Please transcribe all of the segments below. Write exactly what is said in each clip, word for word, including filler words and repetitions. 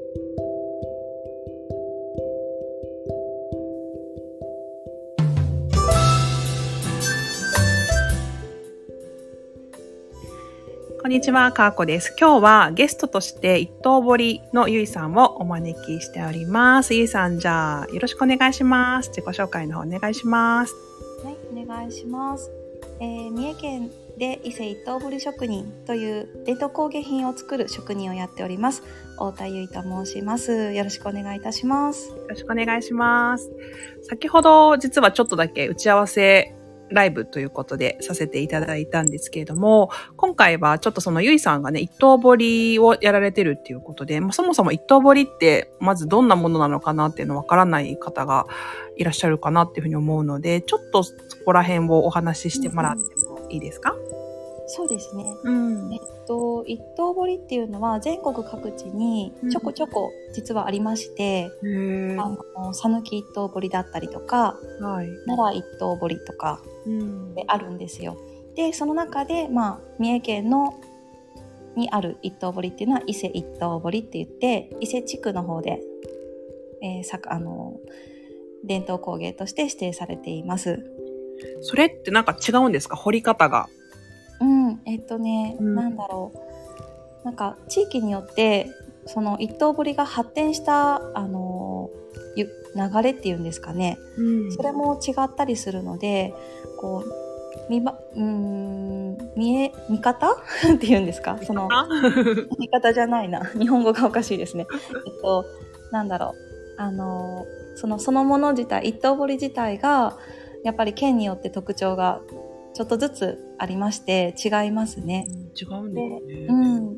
こんにちは、かーこです。今日はゲストとして一刀彫りのゆいさんをお招きしております。ゆいさん、じゃあよろしくお願いします。自己紹介の方お願いします。 はい、お願いします。えー、三重県で伊勢一刀彫り職人という伝統工芸品を作る職人をやっております。太田由衣と申します。よろしくお願いいたします。 よろしくお願いします。先ほど実はちょっとだけ打ち合わせライブということでさせていただいたんですけれども、今回はちょっとそのゆいさんがね、一刀彫りをやられてるっていうことで、まあ、そもそも一刀彫りってまずどんなものなのかなっていうのわからない方がいらっしゃるかなっていうふうに思うので、ちょっとそこら辺をお話ししてもらってもいいですか？ そうですね。 うん。 えっと、一刀彫りっていうのは全国各地にちょこちょこ実はありまして、 うん、へー。 あの、讃岐一刀彫りだったりとか、 はい、 奈良一刀彫りとかであるんですよ。うん、で、その中で、まあ、三重県のにある一刀彫りっていうのは伊勢一刀彫りって言って、伊勢地区の方で、えー、さあの伝統工芸として指定されています。 それってなんか違うんですか？彫り方が。 うん、えっとね、 うん、 なんだろう。なんか地域によってその一刀彫りが発展したあの流れっていうんですかね、うん、それも違ったりするので、こう見ばうーん見え見方っていうんですか、その見方じゃないな、日本語がおかしいですね。えっとなんだろう、あのそのそのもの自体、一刀彫り自体がやっぱり県によって特徴がちょっとずつありまして違いますね。 うん、違うんですね。 うん、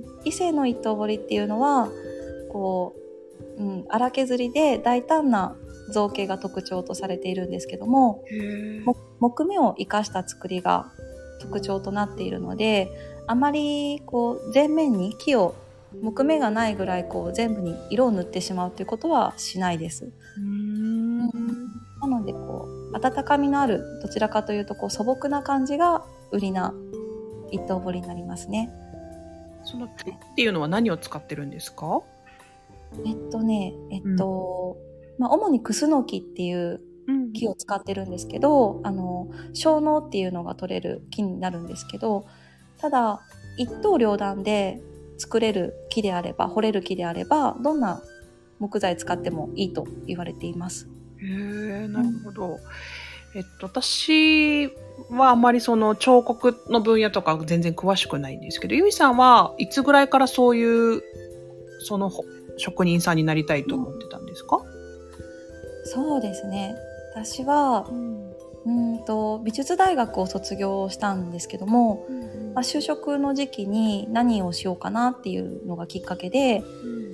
伊勢の一刀彫りっていうのはこう、うん、荒削りで大胆な造形が特徴とされているんですけども、木目を生かした作りが特徴となっているので、あまりこう全面に木を木目がないぐらいこう全部に色を塗ってしまうということはしないです。 うーん、 なのでこう温かみのある、どちらかというとこう素朴な感じが売りな一刀彫りになりますね。 その木っていうのは何を使ってるんですか？ えっとね、えっと、うん、まあ主にクスノキっていう木を使ってるんですけど、うん、あの小脳っていうのが取れる木になるんですけど、ただ一刀両断で作れる木であれば、彫れる木であれば、どんな木材使ってもいいと言われています。 へえ、なるほど。うん、えっと私はあまりその彫刻の分野とか全然詳しくないんですけど、ゆいさんはいつぐらいからそういうその職人さんになりたいと思ってたんですか？うん、 そうですね。私は、うん、うんと美術大学を卒業したんですけども、うんうん、まあ、就職の時期に何をしようかなっていうのがきっかけで、うん、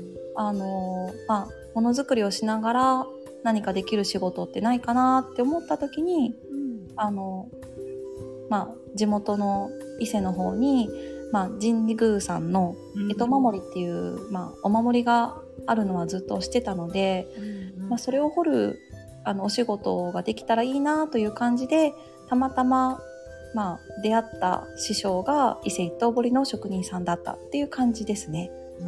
あのまあものづくりをしながら何かできる仕事ってないかなって思った時に、うん、あのまあ地元の伊勢の方に、まあ、神宮さんの干支守りっていう、うん、まあ、お守りがあるのはずっとしてたので、うんうん、まあ、それを彫るあのお仕事ができたらいいなという感じで、たまたま、まあ、出会った師匠が伊勢一刀彫りの職人さんだったっていう感じですね。 うん、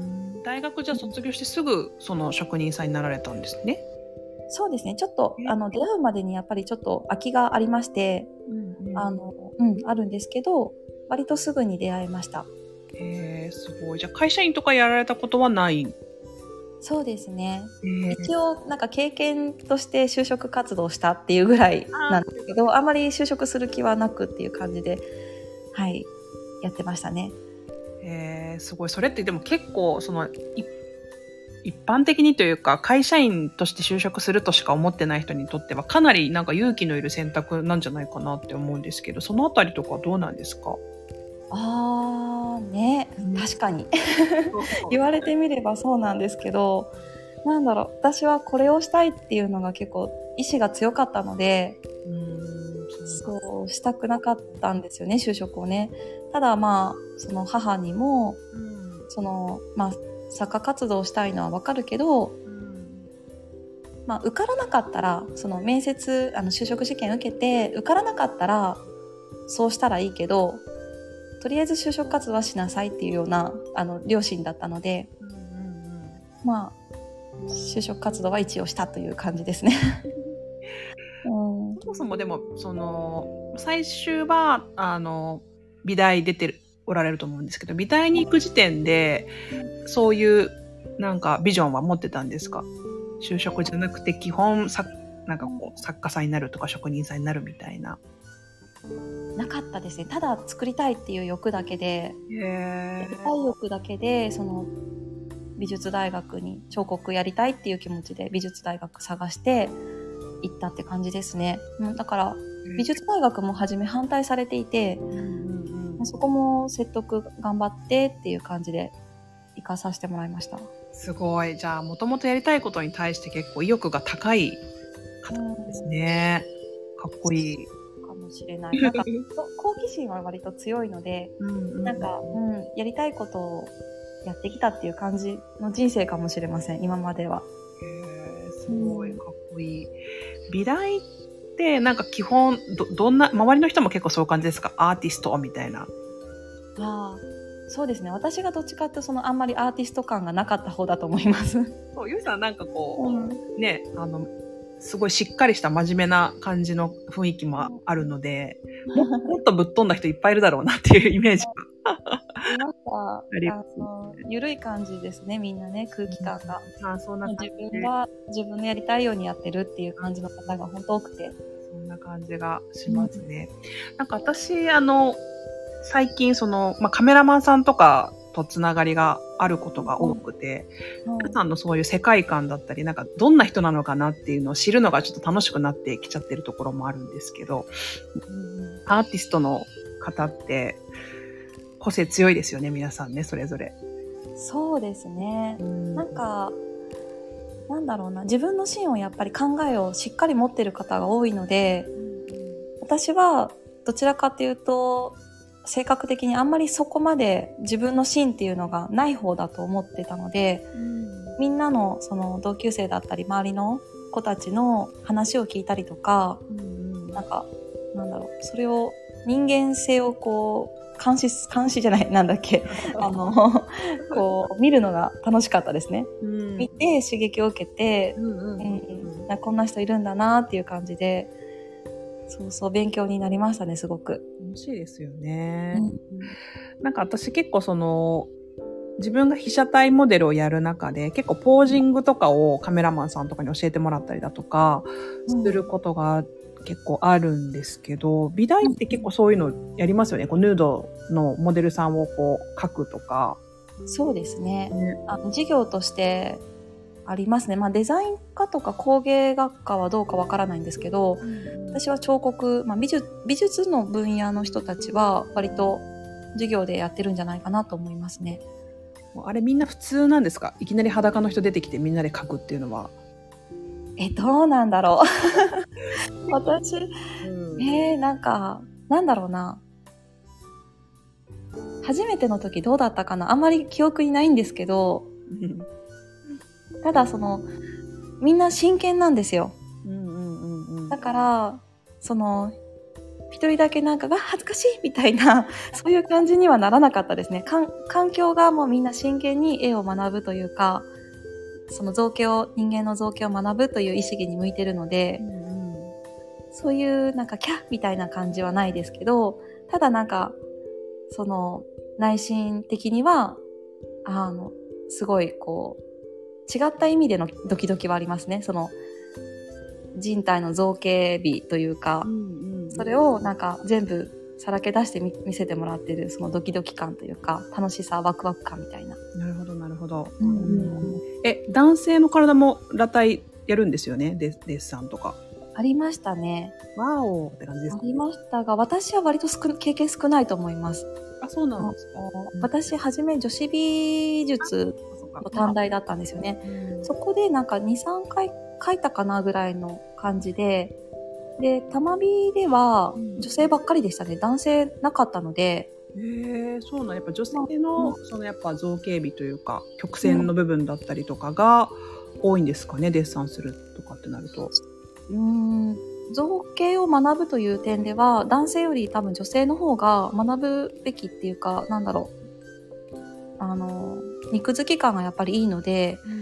大学じゃ卒業してすぐその職人さんになられたんですね。 そうですね。ちょっとあの出会うまでにやっぱりちょっと空きがありまして、うんうん、あのうん、あるんですけど、割とすぐに出会いました。 へー、すごい。じゃあ会社員とかやられたことはない？ そうですね。一応なんか経験として就職活動したっていうぐらいなんですけど、あ, あまり就職する気はなくっていう感じで、はい、やってましたね。 へー、すごい。それってでも結構その一般的にというか、会社員として就職するとしか思ってない人にとってはかなりなんか勇気のいる選択なんじゃないかなって思うんですけど、そのあたりとかはどうなんですか？ あーね、うん、確かに言われてみればそうなんですけど、なんだろう、私はこれをしたいっていうのが結構意志が強かったので、うーん、そうしたくなかったんですよね、就職をね。ただまあその母にも、うん、そのまあ作家活動したいのはわかるけど、うん、まあ受からなかったら、その面接、あの就職試験受けて受からなかったらそうしたらいいけど、とりあえず就職活動はしなさいっていうようなあの両親だったので、うんうんうん、まあ就職活動は一応したという感じですね。 うん、そもそもでもその最終はあの美大出てるおられると思うんですけど、美大に行く時点でそういうなんかビジョンは持ってたんですか？就職じゃなくて基本さなんかこう作家さんになるとか職人さんになるみたいな。 なかったですね。ただ作りたいっていう欲だけで、 へやりたい欲だけでその美術大学に彫刻やりたいっていう気持ちで美術大学探して行ったって感じですね。うん、だから美術大学も初め反対されていて、うんうんうん、そこも説得頑張ってっていう感じで行かさせてもらいました。 すごい。じゃあもともとやりたいことに対して結構意欲が高い方ですね。かっこいい。 かもしれない。なんか好奇心は割と強いので、うんうん、なんか、うん、やりたいことをやってきたっていう感じの人生かもしれません、今までは。 へー、すごいかっこいい。美大ってなんか基本 ど, どんな周りの人も結構そういう感じですか？アーティストみたいな。 ああ、そうですね。私がどっちかっていうとそのあんまりアーティスト感がなかった方だと思います。 そう、ゆいさんなんかこう、うん、ね、あのすごいしっかりした真面目な感じの雰囲気もあるので、も, もっとぶっ飛んだ人いっぱいいるだろうなっていうイメージが。 いました。あのゆるい感じですね、みんなね、空気感が。 うん、あ、そんな感じ。 自分は自分のやりたいようにやってるっていう感じの方が本当多くて。 そんな感じがしますね。うん、なんか私、あの、最近その、まあ、カメラマンさんとかとつながりがあることが多くて、うん、皆さんのそういう世界観だったり、なんかどんな人なのかなっていうのを知るのがちょっと楽しくなってきちゃってるところもあるんですけど、うん、アーティストの方って個性強いですよね、皆さんね、それぞれ。 そうですね。うん、なんか、なんだろうな、自分の芯をやっぱり考えをしっかり持ってる方が多いので、うん、私はどちらかというと、性格的にあんまりそこまで自分の芯っていうのがない方だと思ってたので、うん、みんなのその同級生だったり周りの子たちの話を聞いたりとか、うん、なんかなんだろう、それを人間性をこう監視監視じゃないなんだっけあのこう見るのが楽しかったですね。うん、見て刺激を受けて、うんうんうんうん、こんな人いるんだなっていう感じで。そうそう、勉強になりましたね、すごく。 楽しいですよね。うん、なんか私結構その、自分が被写体モデルをやる中で、結構ポージングとかをカメラマンさんとかに教えてもらったりだとか、することが結構あるんですけど、うん、美大って結構そういうのやりますよね。こうヌードのモデルさんをこう描くとか。 そうですね。ね、あの授業として、ありますね。まあデザイン科とか工芸学科はどうかわからないんですけど、うん、私は彫刻、まあ美術、美術の分野の人たちは割と授業でやってるんじゃないかなと思いますね。 あれみんな普通なんですか？いきなり裸の人出てきてみんなで描くっていうのは。 え、どうなんだろう。私、うん、えー、なんか、なんだろうな。初めての時どうだったかな？あんまり記憶にないんですけど、ただそのみんな真剣なんですよ、うんうんうんうん、だからその一人だけなんかわ恥ずかしいみたいなそういう感じにはならなかったですね。かん環境がもうみんな真剣に絵を学ぶというか、その造形を人間の造形を学ぶという意識に向いてるので、うんうん、そういうなんかキャッみたいな感じはないですけど、ただなんかその内心的にはあのすごいこう違った意味でのドキドキはありますね。その人体の造形美というか、うんうんうん、それをなんか全部さらけ出してみ見せてもらってるそのドキドキ感というか楽しさワクワク感みたいな。 なるほどなるほど、うんうん、え男性の体も裸体やるんですよね、デッサンとか。 ありましたね。 ワオって感じですか？ ありましたが、私は割と少経験少ないと思います。 あ、そうなんですか。 私はじめ女子美術の短大だったんですよね、うん、そこでなんか にさんかい書いたかなぐらいの感じで、で玉美では女性ばっかりでしたね、うん、男性なかったので。 へえ、そうなんやっぱ女性の、うん、そのやっぱ造形美というか曲線の部分だったりとかが多いんですかね、デッサンするとかってなると。 うーん、造形を学ぶという点では男性より多分女性の方が学ぶべきっていうか、なんだろう、あの肉付き感がやっぱりいいので、うんうん、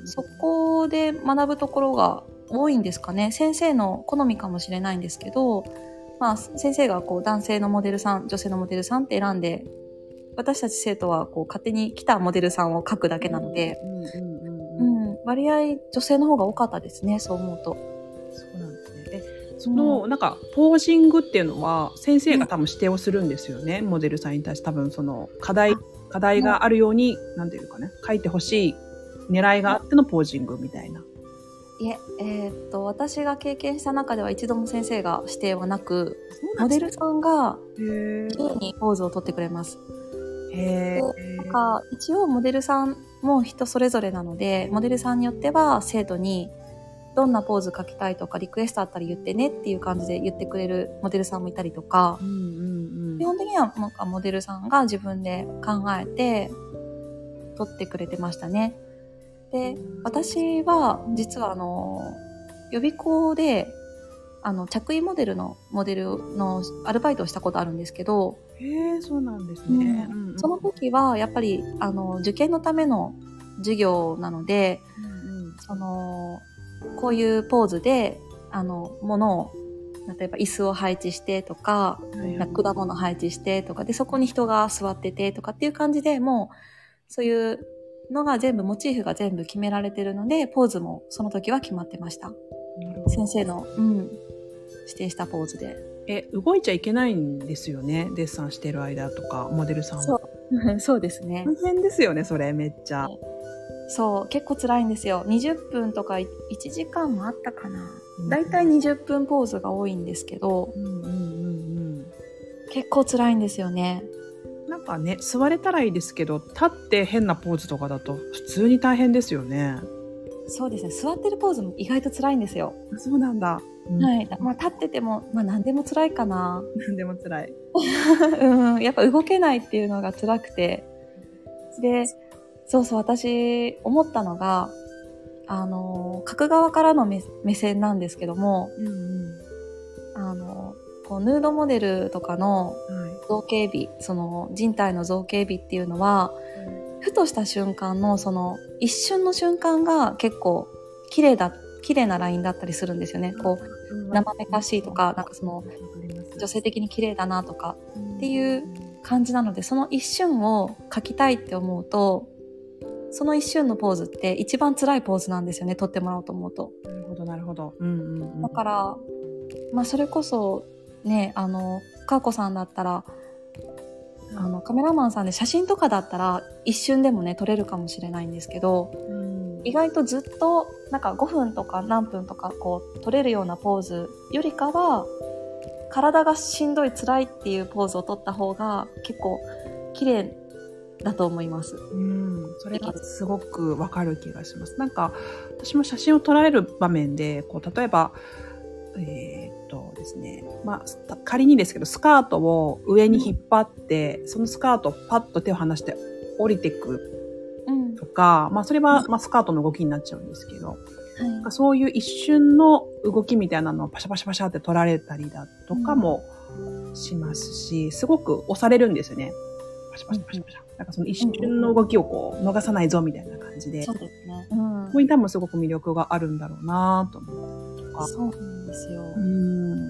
そこで学ぶところが多いんですかね。先生の好みかもしれないんですけど、まあ、先生がこう男性のモデルさん、女性のモデルさんって選んで、私たち生徒はこう勝手に来たモデルさんを書くだけなので、割合女性の方が多かったですね、そう思うと。 そうなんですね。え、その、うん、なんか、ポージングっていうのは、先生が多分指定をするんですよね。うん、モデルさんに対して多分その、課題、課題があるように、なんていうかね、書いてほしい狙いがあってのポージングみたいな。 いえ、えー、っと、私が経験した中では一度も先生が指定はなく、モデルさんが自由にポーズを取ってくれます。 へー。なんか、一応モデルさんも人それぞれなので、モデルさんによっては生徒にどんなポーズ書きたいとかリクエストあったら言ってねっていう感じで言ってくれるモデルさんもいたりとか、うんうんうん、基本的にはなんかモデルさんが自分で考えて撮ってくれてましたね。で、私は実はあの予備校であの着衣モデルのモデルのアルバイトをしたことあるんですけど、 へー、そうなんですね。 うんうん、その時はやっぱりあの受験のための授業なので、うんうん、そのこういうポーズであの物を例えば椅子を配置してとか、はいはい、果物配置してとかでそこに人が座っててとかっていう感じでもうそういうのが全部モチーフが全部決められてるのでポーズもその時は決まってました。先生の、うん、指定したポーズで。 え、動いちゃいけないんですよね。デッサンしてる間とか、モデルさんは。 そう。そうですね。 大変ですよね、それ、めっちゃ。 そう、結構辛いんですよ。にじゅっぷんとかいちじかんもあったかな。だいたいにじゅっぷんポーズが多いんですけど、うんうんうんうん、結構辛いんですよね。 なんかね、座れたらいいですけど、立って変なポーズとかだと普通に大変ですよね。 そうですね。座ってるポーズも意外と辛いんですよ。 そうなんだ。 うん、はい。まあ、立ってても、まあ、何でも辛いかな。 何でも辛い。 うん。やっぱ動けないっていうのが辛くて。で、そうそう、私、思ったのが、あの、書く側からの 目, 目線なんですけども、うんうん、あの、こう、ヌードモデルとかの造形美、はい、その人体の造形美っていうのは、うん、ふとした瞬間の、その、一瞬の瞬間が結構、綺麗だ、綺麗なラインだったりするんですよね。こう、生めかしいとか、なんかその、女性的に綺麗だなとかっていう感じなので、その一瞬を描きたいって思うと、その一瞬のポーズって一番辛いポーズなんですよね、撮ってもらおうと思うと。 なるほど、なるほど。うんうんうん、 だから、まあそれこそね、あの、かーこさんだったら、あの、カメラマンさんで写真とかだったら一瞬でもね、撮れるかもしれないんですけど、うん、意外とずっとなんかごふんとか何分とかこう撮れるようなポーズよりかは、体がしんどい辛いっていうポーズを撮った方が結構綺麗だと思います。 うん、それがすごくわかる気がします。なんか私も写真を撮られる場面で、こう例えばえー、っとですね、まあ仮にですけどスカートを上に引っ張って、うん、そのスカートをパッと手を離して降りていくとか、うん、まあそれはまあスカートの動きになっちゃうんですけど、はい、そういう一瞬の動きみたいなのをパシャパシャパシャって撮られたりだとかもしますし、すごく押されるんですよね。パシャパシャパシャパシャ。なんかその一瞬の動きをこう逃さないぞみたいな感じで。 そうですね。うん。 ここに多分すごく魅力があるんだろうなと思ったりとか。 そうなんですよ。 うん。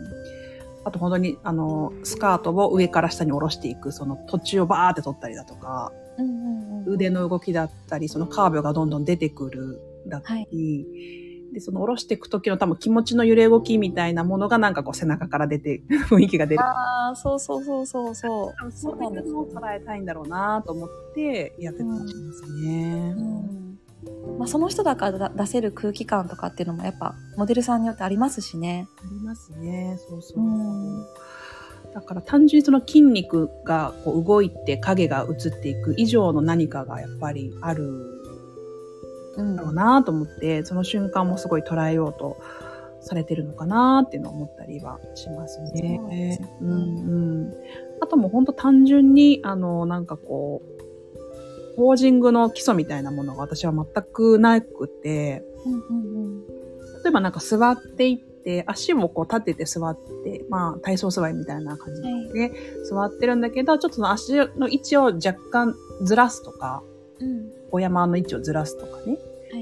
あと本当にあのスカートを上から下に下ろしていくその途中をバーって撮ったりだとか、うんうんうん、腕の動きだったりそのカーブがどんどん出てくるだったり、はい、でその下ろしていく時の多分気持ちの揺れ動きみたいなものがなんかこう背中から出て雰囲気が出る。 ああ、そうそうそうそうそう。 そういうのを捉えたいんだろうなと思ってやってたりしますね。うんうんまあ、その人だから出せる空気感とかっていうのもやっぱモデルさんによってありますしね。 ありますね。そうそう。うんだから単純にその筋肉がこう動いて影が映っていく以上の何かがやっぱりあるんだろうなと思って、うん、その瞬間もすごい捉えようとされてるのかなっていうのを思ったりはしますね。そうですね。うんうん。あともう本当単純にあのなんかこうポージングの基礎みたいなものが私は全くなくて、うんうんうん、例えばなんか座っていって足をこう立てて座って、まあ体操座りみたいな感じで、はい、座ってるんだけど、ちょっとその足の位置を若干ずらすとか、うん、お山の位置をずらすとかね、はい、と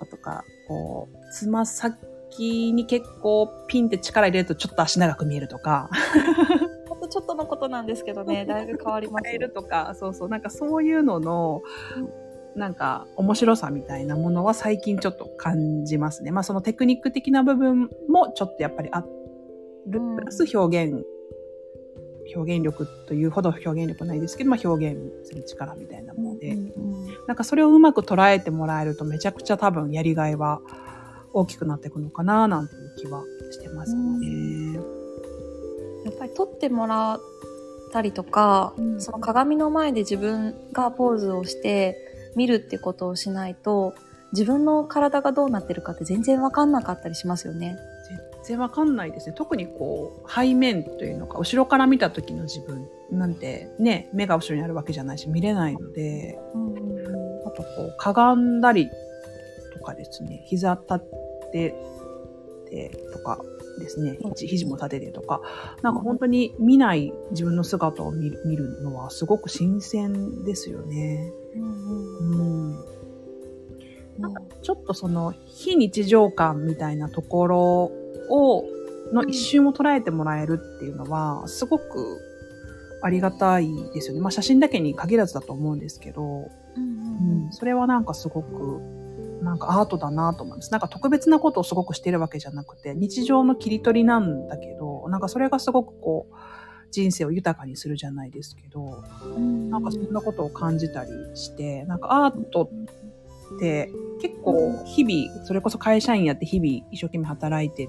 ことか、こう、つま先に結構ピンって力入れるとちょっと足長く見えるとか。 ほんとちょっとのことなんですけどね、だいぶ変わりますよ。 変えるとか、そうそう、なんかそういうのの、なんか面白さみたいなものは最近ちょっと感じますね。まあそのテクニック的な部分もちょっとやっぱりある、プラス表現、表現力というほど表現力ないですけど、まあ表現する力みたいなもので、うんうんうん、なんかそれをうまく捉えてもらえるとめちゃくちゃ多分やりがいは大きくなっていくのかななんていう気はしてますね。 やっぱり撮ってもらったりとか、うん、その鏡の前で自分がポーズをして見るってことをしないと、自分の体がどうなってるかって全然わかんなかったりしますよね。 全然わかんないですね。特にこう背面というのか後ろから見た時の自分なんてね、目が後ろにあるわけじゃないし見れないので、うんうんうん、あとこうかがんだりとかですね、膝立っててとかですね、肘も立ててとか、なんか本当に見ない自分の姿を見る、見るのはすごく新鮮ですよね。うんうんうん、なんかちょっとその非日常感みたいなところをの一瞬を捉えてもらえるっていうのはすごくありがたいですよね。まあ写真だけに限らずだと思うんですけど、うんうんうん、それはなんかすごくなんかアートだなと思います。なんか特別なことをすごくしてるわけじゃなくて、日常の切り取りなんだけど、なんかそれがすごくこう、人生を豊かにするじゃないですけど、うんなんかそんなことを感じたりして、なんかアートって結構日々、それこそ会社員やって日々一生懸命働いてって、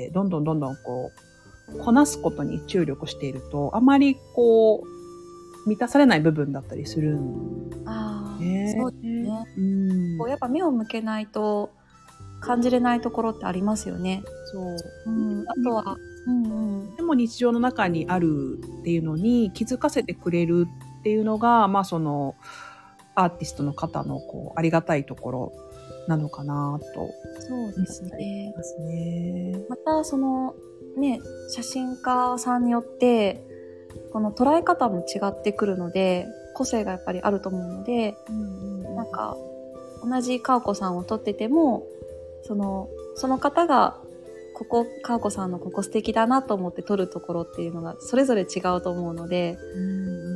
どんどんどんどんこう、こなすことに注力していると、あまりこう、満たされない部分だったりするんですね。 そうですね。うん、こうやっぱ目を向けないと感じれないところってありますよね。 そう。 うん、あとは、うんうん、 でも日常の中にあるっていうのに気づかせてくれるっていうのが、まあそのアーティストの方のこうありがたいところなのかなと。 そうですね。 ますね。 またそのね、写真家さんによってこの捉え方も違ってくるので、個性がやっぱりあると思うので、うんうん、なんか同じかおこさんを撮ってても、そのその方がここかおこさんのここ素敵だなと思って撮るところっていうのがそれぞれ違うと思うので、うんうん、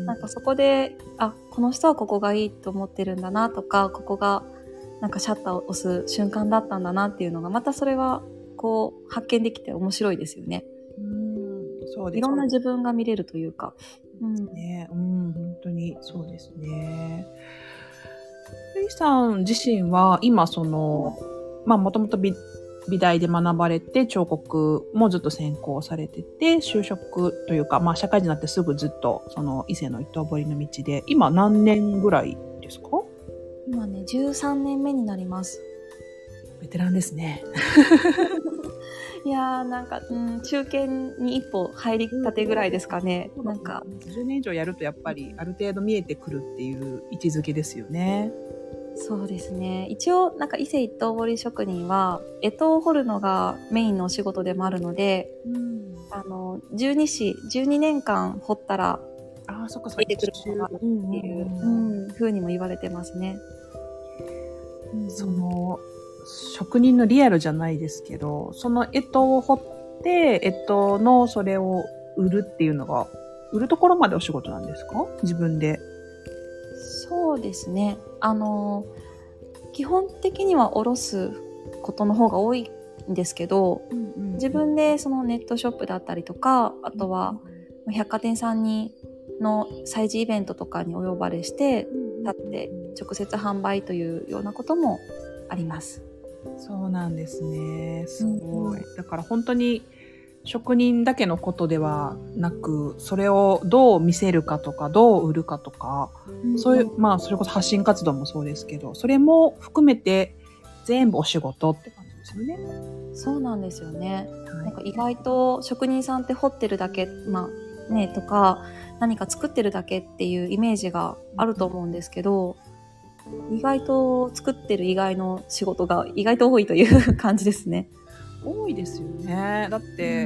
なんかそこであこの人はここがいいと思ってるんだなとか、ここがなんかシャッターを押す瞬間だったんだなっていうのがまたそれはこう発見できて面白いですよね。うんそうです。いろんな自分が見れるというか。 うんね、うん、本当にそうですね。ゆいさん自身は今その、まあもともと美美大で学ばれて彫刻もずっと専攻されてて、就職というか、まあ社会人になってすぐずっとその伊勢の一刀彫りの道で、今何年ぐらいですか？ 今ね、じゅうさんねんめになります。 ベテランですね。 いやーなんか、うん、中堅に一歩入りたてぐらいですかね。 うん、 なんかじゅうねん以上やるとやっぱりある程度見えてくるっていう位置づけですよね。 そうですね。一応なんか伊勢一刀彫り職人は干支を彫るのがメインのお仕事でもあるので、うん、あの十二支じゅうにねんかん彫ったらあそっかそっか出てくるのがっていう、うんうん、風にも言われてますね。 うん、その職人のリアルじゃないですけど、その干支を彫って干支のそれを売るっていうのが売るところまでお仕事なんですか？自分で。 そうですね。あの基本的には卸すことの方が多いんですけど、うんうんうん、自分でそのネットショップだったりとか、あとは百貨店さんにの催事イベントとかにお呼ばれして立って直接販売というようなこともあります。 そうなんですね。すごい。うん、だから本当に職人だけのことではなく、それをどう見せるかとか、どう売るかとか、うん、そういう、まあ、それこそ発信活動もそうですけど、それも含めて全部お仕事って感じですよね。 そうなんですよね。はい、なんか意外と職人さんって彫ってるだけ、まあね、とか、何か作ってるだけっていうイメージがあると思うんですけど、うん、意外と作ってる以外の仕事が意外と多いという感じですね。 多いですよね。だって、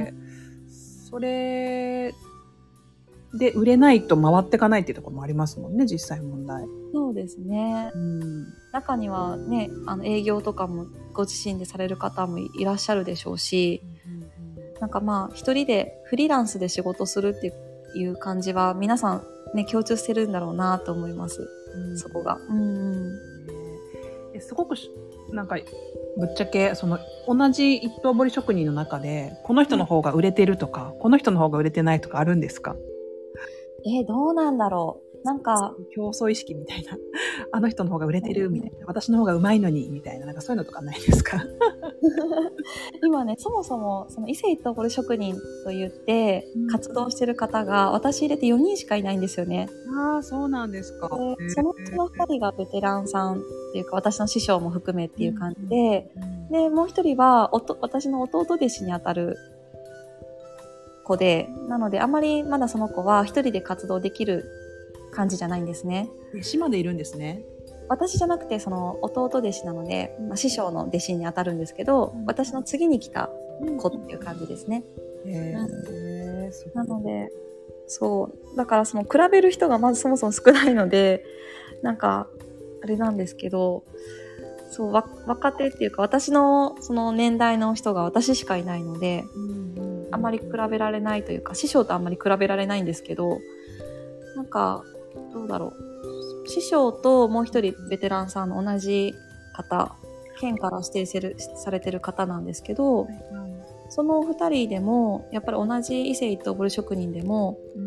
うん、それで売れないと回っていかないっていうところもありますもんね、実際問題。 そうですね。うん、中にはね、あの営業とかもご自身でされる方もいらっしゃるでしょうし、なんかまあ一人でフリーランスで仕事するっていう感じは皆さんね共通してるんだろうなと思います、うん、そこが、うんうんえすごくなんかぶっちゃけその同じ一刀彫り職人の中でこの人の方が売れてるとか、うん、この人の方が売れてないとかあるんですか？ えー、どうなんだろう。なんか競争意識みたいなあの人の方が売れてるみたいな、私の方がうまいのにみたいな、なんかそういうのとかないですか？ 今ね、そもそもその伊勢一刀彫り職人と言って活動してる方が私入れてよにんしかいないんですよね。 ああ、そうなんですか。 でそのうちのふたりがベテランさんっていうか私の師匠も含めっていう感じで、うん、でもう一人はおと私の弟弟子にあたる子で、なのであまりまだその子は一人で活動できる感じじゃないんですね。 弟子までいるんですね。 私じゃなくてその弟弟子なので、まあ、師匠の弟子に当たるんですけど、うん、私の次に来た子っていう感じですね。へー、うん、なのでそうだからその比べる人がまずそもそも少ないので、なんかあれなんですけど、そうわ若手っていうか私のその年代の人が私しかいないので、うんうんうん、あまり比べられないというか師匠とあんまり比べられないんですけど、なんかどうだろう、師匠ともう一人ベテランさんの同じ方、県から指定されてる方なんですけど、はいはい、その二人でもやっぱり同じ伊勢一刀彫り職人でも、うん、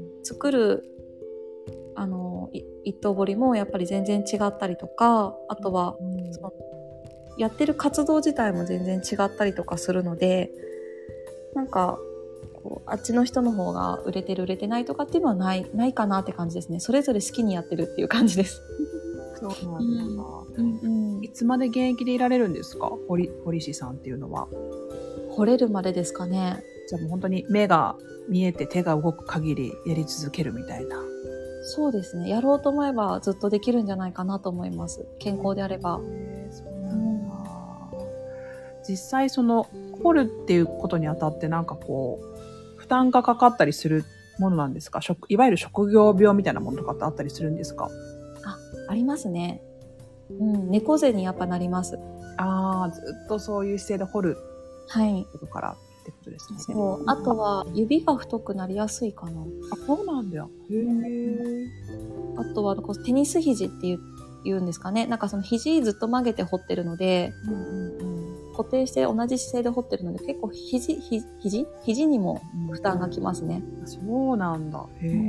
作るあの一刀彫りもやっぱり全然違ったりとか、あとは、うん、そのやってる活動自体も全然違ったりとかするので、なんかこうあっちの人の方が売れてる売れてないとかっていうのはないないかなって感じですね。それぞれ好きにやってるっていう感じです。 そうなんですか、うんうんうん、いつまで現役でいられるんですか、堀堀師さんっていうのは。 掘れるまでですかね。 じゃあもう本当に目が見えて手が動く限りやり続けるみたいな。 そうですね、やろうと思えばずっとできるんじゃないかなと思います、健康であれば。 へー、そうなんだ、うん、実際その掘るっていうことにあたってなんかこう負担がかかったりするものなんですか？いわゆる職業病みたいなものとかってあったりするんですか？ あ、ありますね。うん、猫背にやっぱなります。 ああ、ずっとそういう姿勢で掘ることからってことですね。 そう、あとは指が太くなりやすいかな。 あ、そうなんだよ。へえ。 あとはこうテニス肘っていう言うんですかね。なんかその肘ずっと曲げて掘ってるので、うんうんうん、固定して同じ姿勢で掘ってるので結構肘ひ肘肘にも負担がきますね。 うん、そうなんだ。へえ、うん、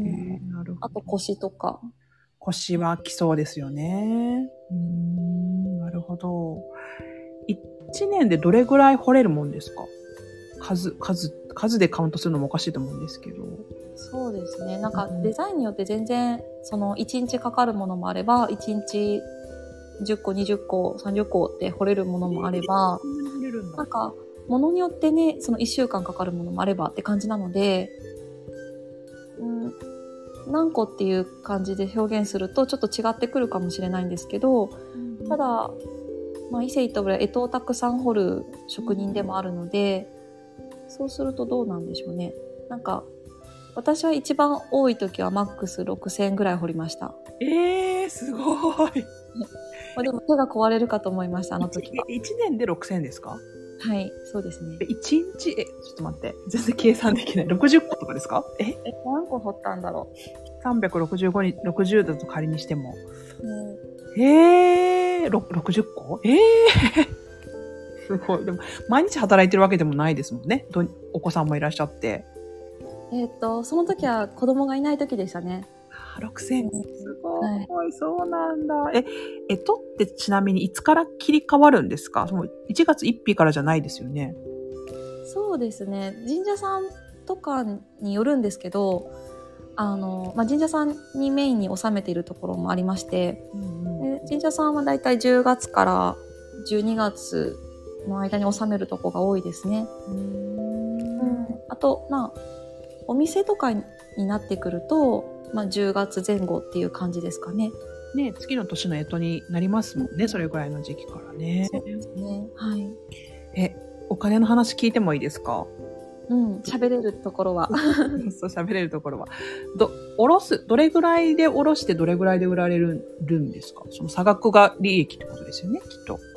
なるほど。 あと腰とか。 腰はきそうですよね。うーん、なるほど。一年でどれぐらい掘れるもんですか？数、数、数でカウントするのもおかしいと思うんですけど。 そうですね。なんかデザインによって全然、そのいちにちかかるものもあれば、いちにちじゅっこ、にじゅっこ、さんじゅっこって掘れるものもあれば、えー、なんか、ものによってね、そのいっしゅうかんかかるものもあればって感じなので、うん、何個っていう感じで表現するとちょっと違ってくるかもしれないんですけど、うん、ただ、まあ、伊勢一刀彫りは干支をたくさん彫る職人でもあるので、そうするとどうなんでしょうね。なんか、私は一番多い時はマックスろくせんぐらい彫りました。 えー、すごい。 まあでも手が壊れるかと思いました、あの時は。 いちねんでろくせんですか？ はい、そうですね。 いちにち、え、ちょっと待って。全然計算できない。ろくじゅっことかですか？ええ、何個彫ったんだろう。さんびゃくろくじゅうごに、ろくじゅうだと仮にしても。うん、えー、ろくじゅっこ？えーすごい。でも、毎日働いてるわけでもないですもんね。お子さんもいらっしゃって。 えっと、その時は子供がいない時でしたね。 あ、ろくせん。すごい、はい。そうなんだ。え、えとってちなみにいつから切り替わるんですか？そのいちがつついたちからじゃないですよね。 そうですね。神社さんとかによるんですけど、あの、まあ、神社さんにメインに納めているところもありまして、うんうん、で神社さんはだいたいじゅうがつからじゅうにがつの間に納めるとこが多いですね。うーん、うん、あと、まあ、お店とかになってくると、まあ、じゅうがつぜん後っていう感じですかね。 ね、次の年の干支になりますもんね、それぐらいの時期からね。 そうですね。はい。 え、お金の話聞いてもいいですか？ うん、喋れるところは。 そう、喋れるところは。ど、おろす、どれぐらいでおろしてどれぐらいで売られるんですか？その差額が利益ってことですよね、きっと。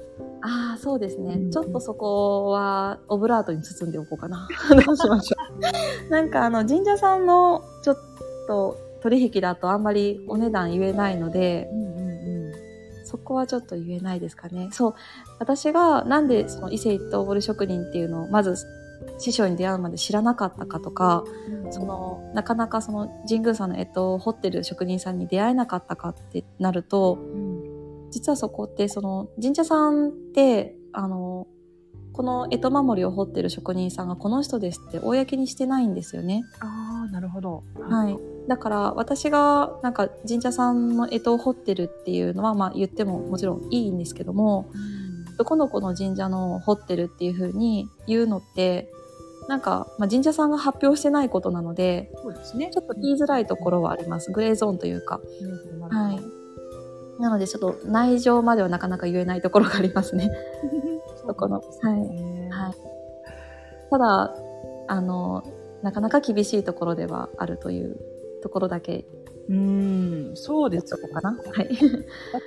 ああ、そうですね、 うんうん。 ちょっとそこはオブラートに包んでおこうかな。どうしましょう。なんかあの、神社さんのちょっと取引だとあんまりお値段言えないので、 うんうんうん。 そこはちょっと言えないですかね。そう。私がなんでその伊勢一刀彫り職人っていうのをまず師匠に出会うまで知らなかったかとか、そのなかなかその神宮さんの干支を彫ってる職人さんに出会えなかったかってなると、 うん、 実はそこってその神社さんってあのこの干支守りを彫ってる職人さんがこの人ですって公にしてないんですよね。 ああ、なるほど。 はい。だから私がなんか神社さんの干支を彫ってるっていうのはまあ言ってももちろんいいんですけども、 うん、 どこのこの神社の彫ってるっていう風に言うのってなんか、まあ、神社さんが発表してないことなので、 そうですね。 ちょっと言いづらいところはあります。グレーゾーンというか。はい。なのでちょっと内情まではなかなか言えないところがありますね。そこの。はい。はい。ただ、あの、なかなか厳しいところではあるというところだけ。 うーん、そうですよかな。はい。 だって、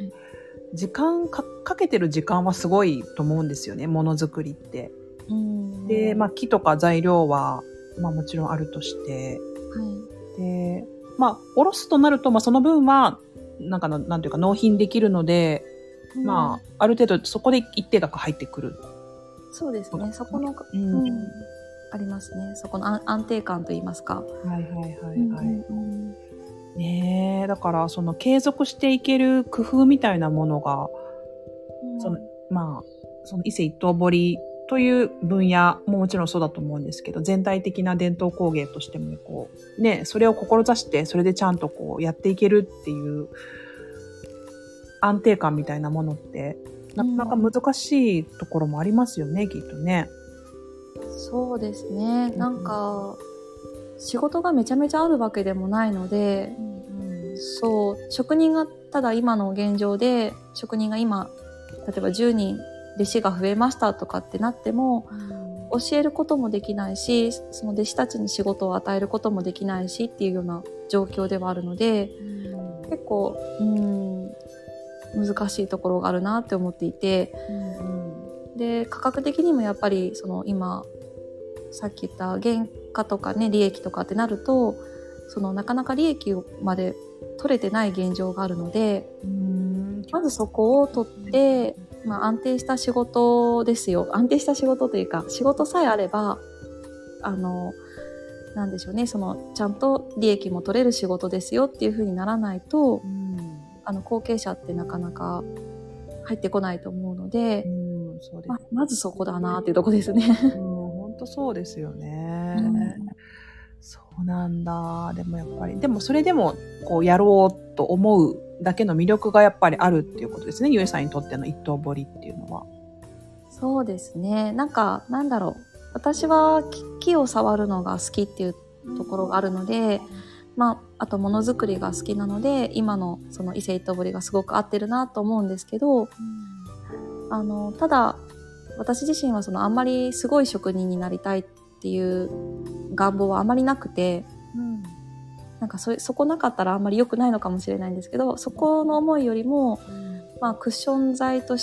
時間か、かけてる時間はすごいと思うんですよね、ものづくりって。 うんで、まあ木とか材料は、まあもちろんあるとして、 はい、 で、まあ、おろすとなると、まあその分は、なんかの、なんていうか納品できるので、 うん、 まあ、ある程度そこで一定額入ってくる。 そうですね、そこの、 うん、 うん、ありますね。そこの安定感といいますか。 はいはいはいはい。 うんうんうんねえ、だからその継続していける工夫みたいなものが、 うん、 そのまあ、その伊勢一刀彫りという分野ももちろんそうだと思うんですけど、全体的な伝統工芸としてもこう、ね、それを志して、それでちゃんとこうやっていけるっていう安定感みたいなものって、なかなか難しいところもありますよね、うん、きっとね。 そうですね。なんか、仕事がめちゃめちゃあるわけでもないので、うんうん、そう、職人がただ今の現状で、職人が今、例えばじゅうにん弟子が増えましたとかってなっても、うん、教えることもできないし、その弟子たちに仕事を与えることもできないしっていうような状況ではあるので、うん、結構、うん、難しいところがあるなって思っていて、うんうん、で、価格的にもやっぱりその今、さっき言った原価とかね、利益とかってなると、そのなかなか利益まで取れてない現状があるので、うーん、まずそこを取って、まあ安定した仕事ですよ。安定した仕事というか、仕事さえあれば、あの、なんでしょうね、その、ちゃんと利益も取れる仕事ですよっていう風にならないと、うん、あの、後継者ってなかなか入ってこないと思うので、うん、そうです、まあ、まずそこだなっていうとこですね。 うん本当そうですよね、うん、そうなんだ。でもやっぱりでもそれでもこうやろうと思うだけの魅力がやっぱりあるっていうことですね、ゆえさんにとっての一刀彫りっていうのは。 そうですね、なんかなんだろう、私は木を触るのが好きっていうところがあるので、まあ、あとものづくりが好きなので今のその伊勢一刀彫りがすごく合ってるなと思うんですけど、うん、あのただ私自身はそのあんまりすごい職人になりたいっていう願望はあまりなくて、うん、なんか そ, そこなかったらあんまり良くないのかもしれないんですけど、そこの思いよりも、うん、まあクッション材として、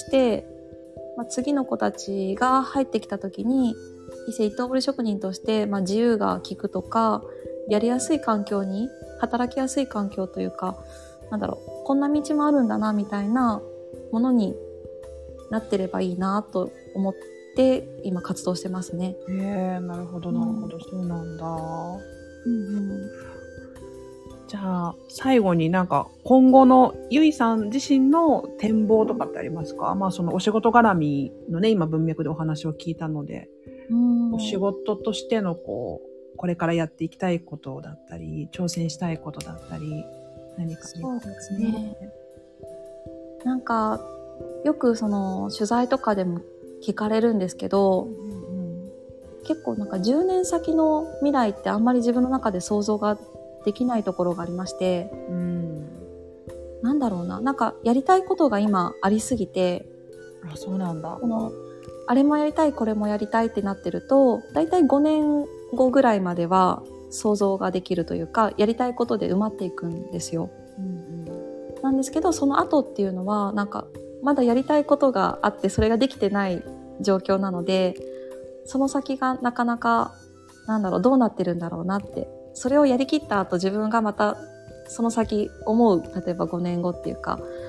まあ、次の子たちが入ってきた時に伊勢一刀彫り職人として、まあ、自由が利くとかやりやすい環境に働きやすい環境というか、なんだろう、こんな道もあるんだなみたいなものになってればいいなと思って今活動してますね。 へえ、なるほどなるほど、うん、そうなんだ。うんうん、じゃあ最後になんか今後のゆいさん自身の展望とかってありますか？まあそのお仕事絡みのね、今文脈でお話を聞いたので、うん、お仕事としてのこうこれからやっていきたいことだったり挑戦したいことだったり何か。 そうですね。なんかよくその取材とかでも聞かれるんですけど、うんうん、結構なんかじゅうねん先の未来ってあんまり自分の中で想像ができないところがありまして、うん、なんだろうな、なんかやりたいことが今ありすぎて、 あ、そうなんだ。 このあれもやりたいこれもやりたいってなってると、だいたいごねんごぐらいまでは想像ができるというか、やりたいことで埋まっていくんですよ。うんうん、なんですけどその後っていうのはなんかまだやりたいことがあってそれができてない状況なので、その先がなかなかなんだろうどうなってるんだろうなって、それをやりきった後自分がまたその先思う、例えばごねんごっていうか、うん、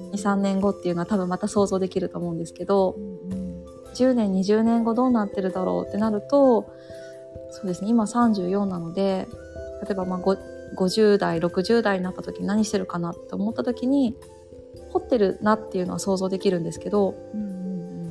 に、さんねんごっていうのは多分また想像できると思うんですけど、うん、じゅうねんにじゅうねんごどうなってるだろうってなると、そうですね、今さんじゅうよんなので、例えばまあごじゅう代ろくじゅう代になった時に何してるかなって思った時に彫ってるなっていうのは想像できるんですけど、うんうんうん、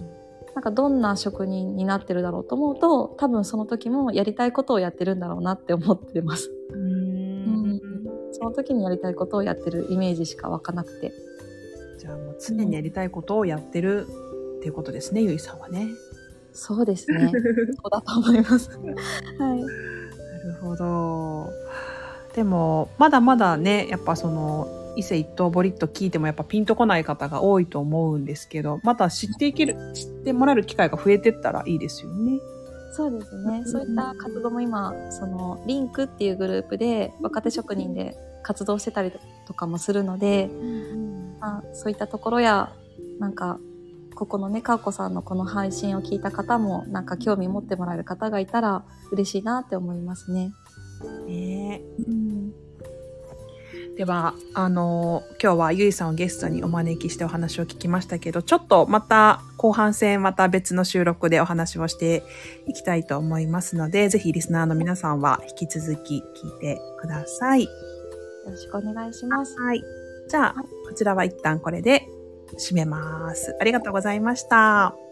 なんかどんな職人になってるだろうと思うと、多分その時もやりたいことをやってるんだろうなって思ってます。うーん、うん、その時にやりたいことをやってるイメージしか湧かなくて。 じゃあもう常にやりたいことをやってるっていうことですね、ゆいさんはね。 そうですね。そうだと思います。はい。なるほど。でもまだまだね、やっぱその伊勢一刀彫りと聞いてもやっぱピンとこない方が多いと思うんですけど、また知っていける、知ってもらえる機会が増えてったらいいですよね。 そうですね。そういった活動も今、そのリンクっていうグループで若手職人で活動してたりとかもするので、うんうんまあ、そういったところや、なんかここのね、かおこさんのこの配信を聞いた方もなんか興味持ってもらえる方がいたら嬉しいなって思いますね。 ねえ、うん、ではあの今日はゆいさんをゲストにお招きしてお話を聞きましたけど、ちょっとまた後半戦また別の収録でお話をしていきたいと思いますので、ぜひリスナーの皆さんは引き続き聞いてください。よろしくお願いします。 はい。じゃあ、こちらは一旦これで締めます。ありがとうございました。